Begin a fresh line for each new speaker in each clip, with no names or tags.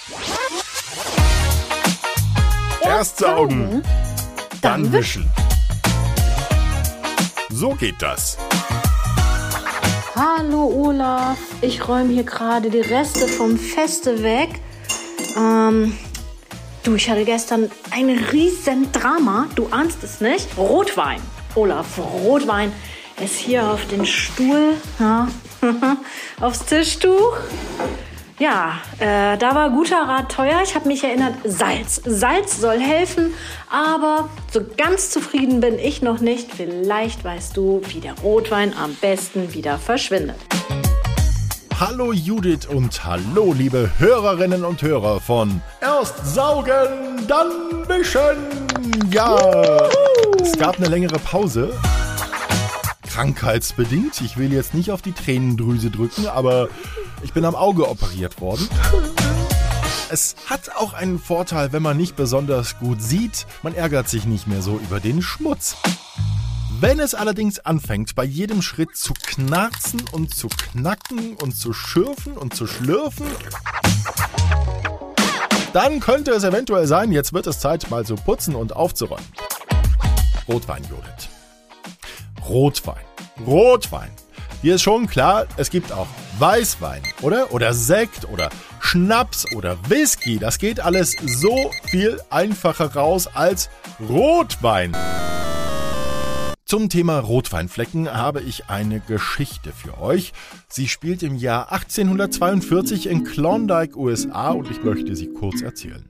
Erst saugen, dann wischen. So geht das.
Hallo Olaf, ich räume hier gerade die Reste vom Feste weg. Ich hatte gestern ein riesen Drama, du ahnst es nicht. Rotwein, Olaf, Rotwein ist hier auf den Stuhl, ja, aufs Tischtuch. Ja, da war guter Rat teuer. Ich habe mich erinnert, Salz. Salz soll helfen, aber so ganz zufrieden bin ich noch nicht. Vielleicht weißt du, wie der Rotwein am besten wieder verschwindet.
Hallo Judith und hallo liebe Hörerinnen und Hörer von Erst saugen, dann wischen. Ja, es gab eine längere Pause. Krankheitsbedingt. Ich will jetzt nicht auf die Tränendrüse drücken, aber ich bin am Auge operiert worden. Es hat auch einen Vorteil, wenn man nicht besonders gut sieht. Man ärgert sich nicht mehr so über den Schmutz. Wenn es allerdings anfängt, bei jedem Schritt zu knarzen und zu knacken und zu schürfen und zu schlürfen, dann könnte es eventuell sein, jetzt wird es Zeit, mal zu putzen und aufzuräumen. Rotwein, Judith. Rotwein. Dir ist schon klar, es gibt auch Weißwein, oder? Oder Sekt oder Schnaps oder Whisky. Das geht alles so viel einfacher raus als Rotwein. Zum Thema Rotweinflecken habe ich eine Geschichte für euch. Sie spielt im Jahr 1842 in Klondike, USA und ich möchte sie kurz erzählen.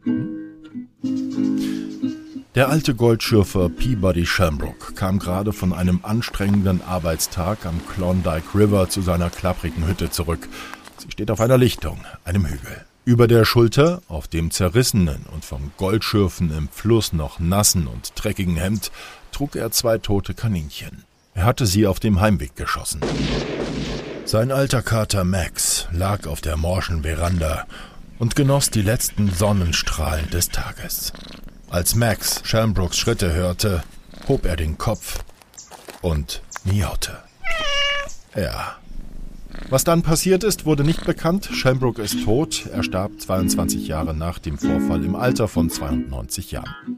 Der alte Goldschürfer Peabody Shelmbrook kam gerade von einem anstrengenden Arbeitstag am Klondike River zu seiner klapprigen Hütte zurück. Sie steht auf einer Lichtung, einem Hügel. Über der Schulter, auf dem zerrissenen und vom Goldschürfen im Fluss noch nassen und dreckigen Hemd, trug er 2 tote Kaninchen. Er hatte sie auf dem Heimweg geschossen. Sein alter Kater Max lag auf der morschen Veranda und genoss die letzten Sonnenstrahlen des Tages. Als Max Shelmbrooks Schritte hörte, hob er den Kopf und miaute. Ja. Was dann passiert ist, wurde nicht bekannt. Shelmbrook ist tot. Er starb 22 Jahre nach dem Vorfall im Alter von 92 Jahren.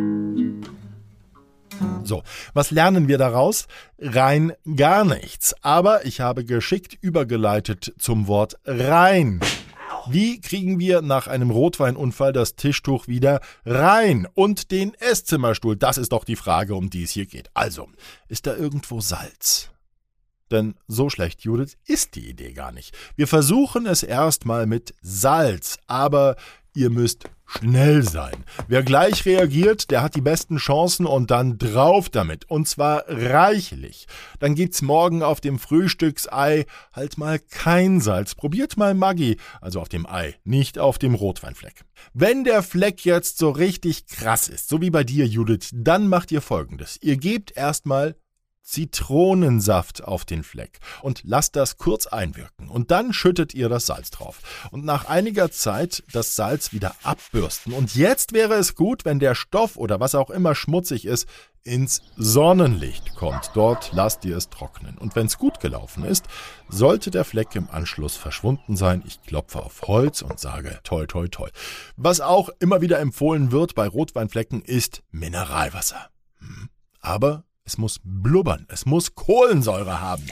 So, was lernen wir daraus? Rein gar nichts. Aber ich habe geschickt übergeleitet zum Wort rein. Wie kriegen wir nach einem Rotweinunfall das Tischtuch wieder rein und den Esszimmerstuhl? Das ist doch die Frage, um die es hier geht. Also, ist da irgendwo Salz? Denn so schlecht, Judith, ist die Idee gar nicht. Wir versuchen es erstmal mit Salz, aber ihr müsst schnell sein. Wer gleich reagiert, der hat die besten Chancen und dann drauf damit. Und zwar reichlich. Dann gibt's morgen auf dem Frühstücksei halt mal kein Salz. Probiert mal Maggi, also auf dem Ei, nicht auf dem Rotweinfleck. Wenn der Fleck jetzt so richtig krass ist, so wie bei dir, Judith, dann macht ihr Folgendes. Ihr gebt erstmal Zitronensaft auf den Fleck und lasst das kurz einwirken und dann schüttet ihr das Salz drauf und nach einiger Zeit das Salz wieder abbürsten und jetzt wäre es gut, wenn der Stoff oder was auch immer schmutzig ist, ins Sonnenlicht kommt. Dort lasst ihr es trocknen und wenn es gut gelaufen ist, sollte der Fleck im Anschluss verschwunden sein. Ich klopfe auf Holz und sage toi toi toi. Was auch immer wieder empfohlen wird bei Rotweinflecken ist Mineralwasser. Aber es muss blubbern, es muss Kohlensäure haben.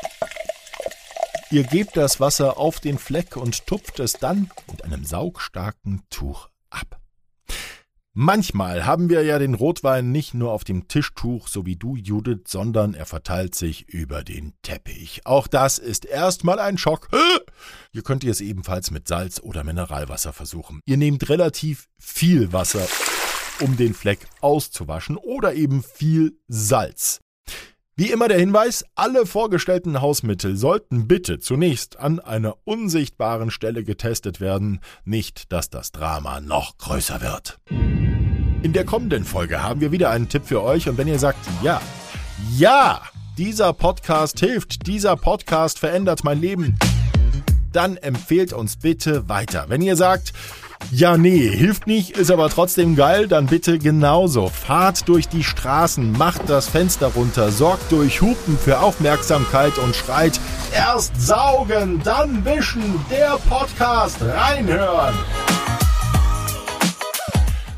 Ihr gebt das Wasser auf den Fleck und tupft es dann mit einem saugstarken Tuch ab. Manchmal haben wir ja den Rotwein nicht nur auf dem Tischtuch, so wie du, Judith, sondern er verteilt sich über den Teppich. Auch das ist erstmal ein Schock. Ihr könnt es ebenfalls mit Salz oder Mineralwasser versuchen. Ihr nehmt relativ viel Wasser, um den Fleck auszuwaschen oder eben viel Salz. Wie immer der Hinweis, alle vorgestellten Hausmittel sollten bitte zunächst an einer unsichtbaren Stelle getestet werden, nicht, dass das Drama noch größer wird. In der kommenden Folge haben wir wieder einen Tipp für euch und wenn ihr sagt, ja, dieser Podcast hilft, dieser Podcast verändert mein Leben, dann empfehlt uns bitte weiter. Wenn ihr sagt, ja, nee, hilft nicht, ist aber trotzdem geil, dann bitte genauso. Fahrt durch die Straßen, macht das Fenster runter, sorgt durch Hupen für Aufmerksamkeit und schreit, erst saugen, dann wischen, der Podcast, reinhören.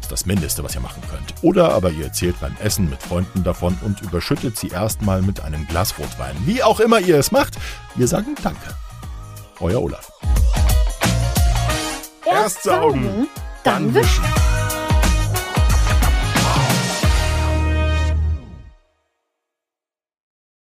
Das ist das Mindeste, was ihr machen könnt. Oder aber ihr erzählt beim Essen mit Freunden davon und überschüttet sie erstmal mit einem Glas Rotwein. Wie auch immer ihr es macht, wir sagen Danke. Euer Olaf.
Erst saugen, dann wischen.